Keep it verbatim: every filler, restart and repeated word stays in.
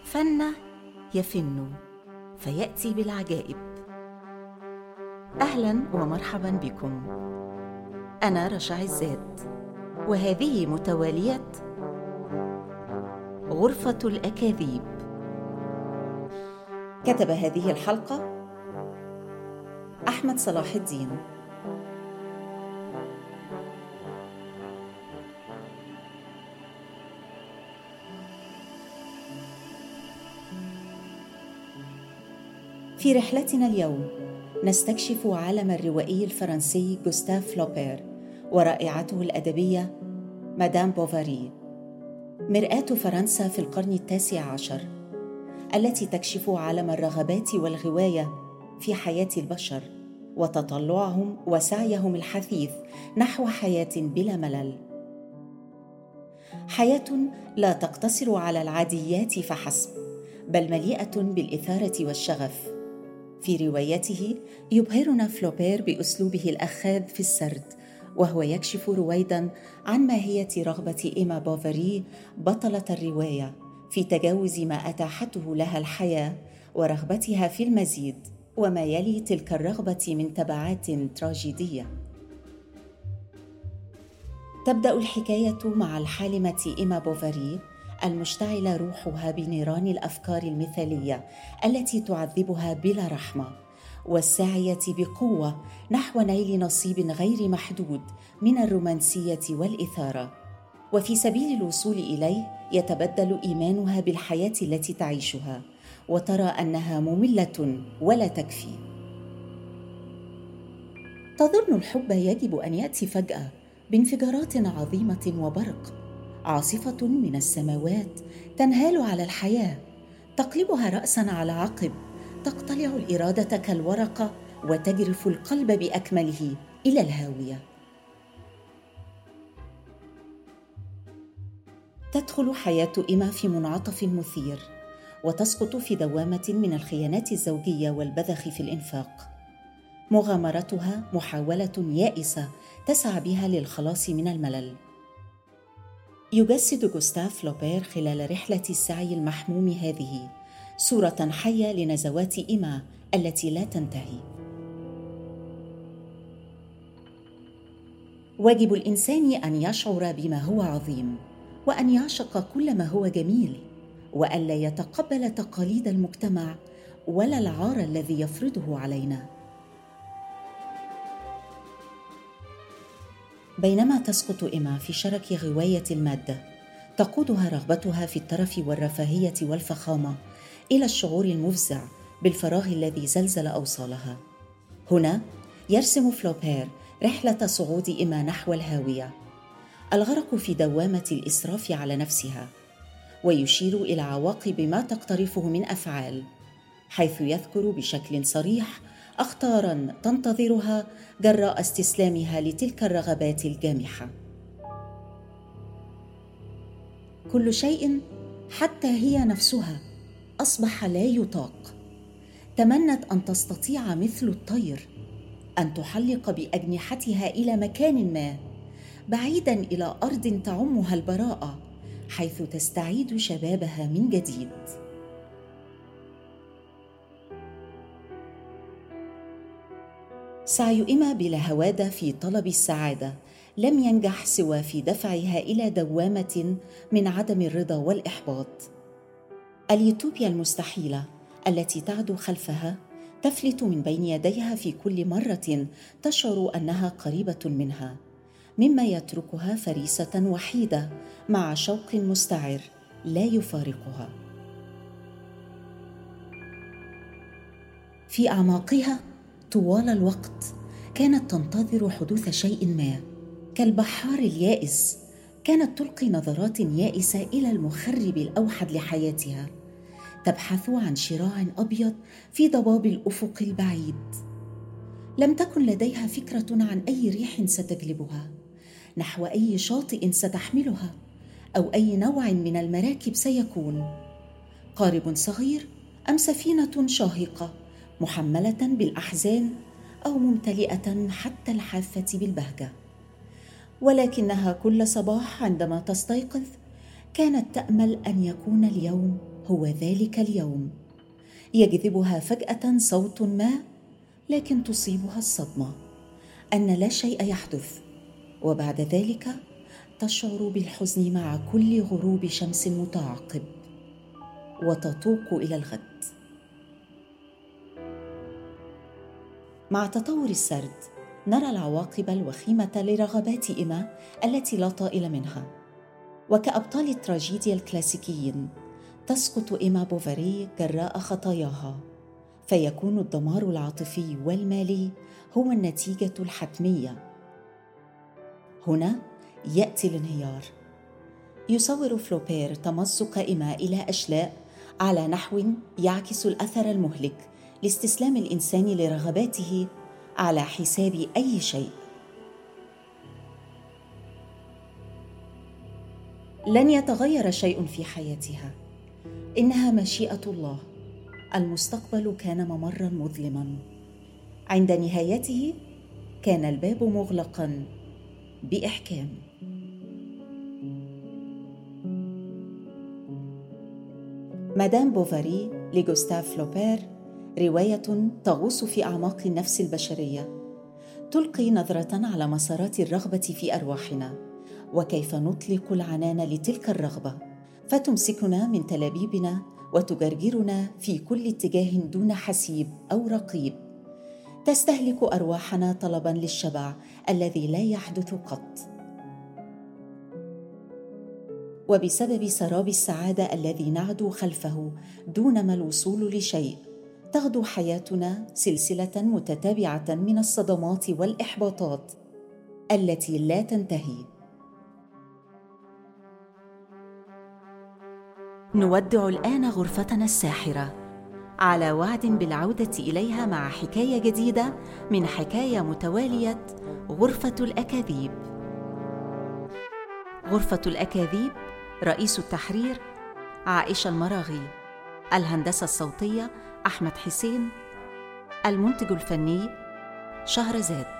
فن يفن فيأتي بالعجائب. أهلا ومرحبا بكم. أنا رشا عزات، وهذه متوالية غرفة الأكاذيب. كتب هذه الحلقة أحمد صلاح الدين. في رحلتنا اليوم نستكشف عالم الروائي الفرنسي غوستاف فلوبير ورائعته الأدبية مدام بوفاري، مرآة فرنسا في القرن التاسع عشر، التي تكشف عالم الرغبات والغواية في حياة البشر وتطلعهم وسعيهم الحثيث نحو حياة بلا ملل. حياة لا تقتصر على العاديات فحسب، بل مليئة بالإثارة والشغف. في روايته يبهرنا فلوبير بأسلوبه الأخاذ في السرد، وهو يكشف رويداً عن ماهية رغبة إيما بوفاري بطلة الرواية في تجاوز ما أتاحته لها الحياة ورغبتها في المزيد، وما يلي تلك الرغبة من تبعات تراجيدية. تبدأ الحكاية مع الحالمة إيما بوفاري المشتعلة روحها بنيران الأفكار المثالية التي تعذبها بلا رحمة، والساعية بقوة نحو نيل نصيب غير محدود من الرومانسية والإثارة. وفي سبيل الوصول إليه يتبدل إيمانها بالحياة التي تعيشها، وترى أنها مملة ولا تكفي. تظن الحب يجب أن يأتي فجأة بانفجارات عظيمة وبرق، عاصفة من السماوات تنهال على الحياة، تقلبها رأساً على عقب، تقتلع الإرادة كالورقة وتجرف القلب بأكمله إلى الهاوية. تدخل حياة إيما في منعطف مثير، وتسقط في دوامة من الخيانات الزوجية والبذخ في الإنفاق. مغامرتها محاولة يائسة تسعى بها للخلاص من الملل. يجسد غوستاف فلوبير خلال رحلة السعي المحموم هذه صورة حية لنزوات إيما التي لا تنتهي. واجب الإنسان أن يشعر بما هو عظيم، وأن يعشق كل ما هو جميل، وألا يتقبل تقاليد المجتمع ولا العار الذي يفرضه علينا. بينما تسقط إيما في شرك غواية المادة، تقودها رغبتها في الترف والرفاهية والفخامة إلى الشعور المفزع بالفراغ الذي زلزل أوصالها. هنا يرسم فلوبير رحلة صعود إيما نحو الهاوية، الغرق في دوامة الإسراف على نفسها، ويشير إلى عواقب ما تقترفه من أفعال، حيث يذكر بشكل صريح أخطاراً تنتظرها جراء استسلامها لتلك الرغبات الجامحة. كل شيء حتى هي نفسها أصبح لا يطاق. تمنت أن تستطيع مثل الطير أن تحلق بأجنحتها إلى مكان ما، بعيداً إلى أرض تعمها البراءة، حيث تستعيد شبابها من جديد. سعي إيما بلا هوادة في طلب السعادة لم ينجح سوى في دفعها إلى دوامة من عدم الرضا والإحباط. اليوتوبيا المستحيلة التي تعدو خلفها تفلت من بين يديها في كل مرة تشعر أنها قريبة منها، مما يتركها فريسة وحيدة مع شوق مستعر لا يفارقها. في أعماقها طوال الوقت كانت تنتظر حدوث شيء ما، كالبحار اليائس كانت تلقي نظرات يائسة إلى المخرب الأوحد لحياتها، تبحث عن شراع أبيض في ضباب الأفق البعيد. لم تكن لديها فكرة عن أي ريح ستجلبها، نحو أي شاطئ ستحملها، أو أي نوع من المراكب سيكون، قارب صغير أم سفينة شاهقة محملة بالأحزان، أو ممتلئة حتى الحافة بالبهجة. ولكنها كل صباح عندما تستيقظ كانت تأمل أن يكون اليوم هو ذلك اليوم. يجذبها فجأة صوت ما، لكن تصيبها الصدمة أن لا شيء يحدث، وبعد ذلك تشعر بالحزن مع كل غروب شمس متعاقب، وتتوق إلى الغد. مع تطور السرد نرى العواقب الوخيمة لرغبات إيما التي لا طائل منها، وكأبطال التراجيديا الكلاسيكيين تسقط إيما بوفاري جراء خطاياها، فيكون الدمار العاطفي والمالي هو النتيجة الحتمية. هنا يأتي الانهيار. يصور فلوبير تمزق إيما إلى أشلاء على نحو يعكس الأثر المهلك لاستسلام الإنسان لرغباته على حساب أي شيء. لن يتغير شيء في حياتها، إنها مشيئة الله. المستقبل كان ممراً مظلماً، عند نهايته كان الباب مغلقاً بإحكام. مدام بوفاري لغوستاف فلوبير رواية تغوص في أعماق النفس البشرية، تلقي نظرة على مسارات الرغبة في أرواحنا، وكيف نطلق العنان لتلك الرغبة فتمسكنا من تلابيبنا وتجرجرنا في كل اتجاه دون حسيب أو رقيب، تستهلك أرواحنا طلباً للشبع الذي لا يحدث قط. وبسبب سراب السعادة الذي نعدو خلفه دون ما الوصول لشيء، تغدو حياتنا سلسلة متتابعة من الصدمات والإحباطات التي لا تنتهي. نودع الآن غرفتنا الساحرة، على وعد بالعودة إليها مع حكاية جديدة من حكاية متوالية غرفة الأكاذيب. غرفة الأكاذيب، رئيس التحرير عائشة المراغي، الهندسة الصوتية أحمد حسين، المنتج الفني شهرزاد.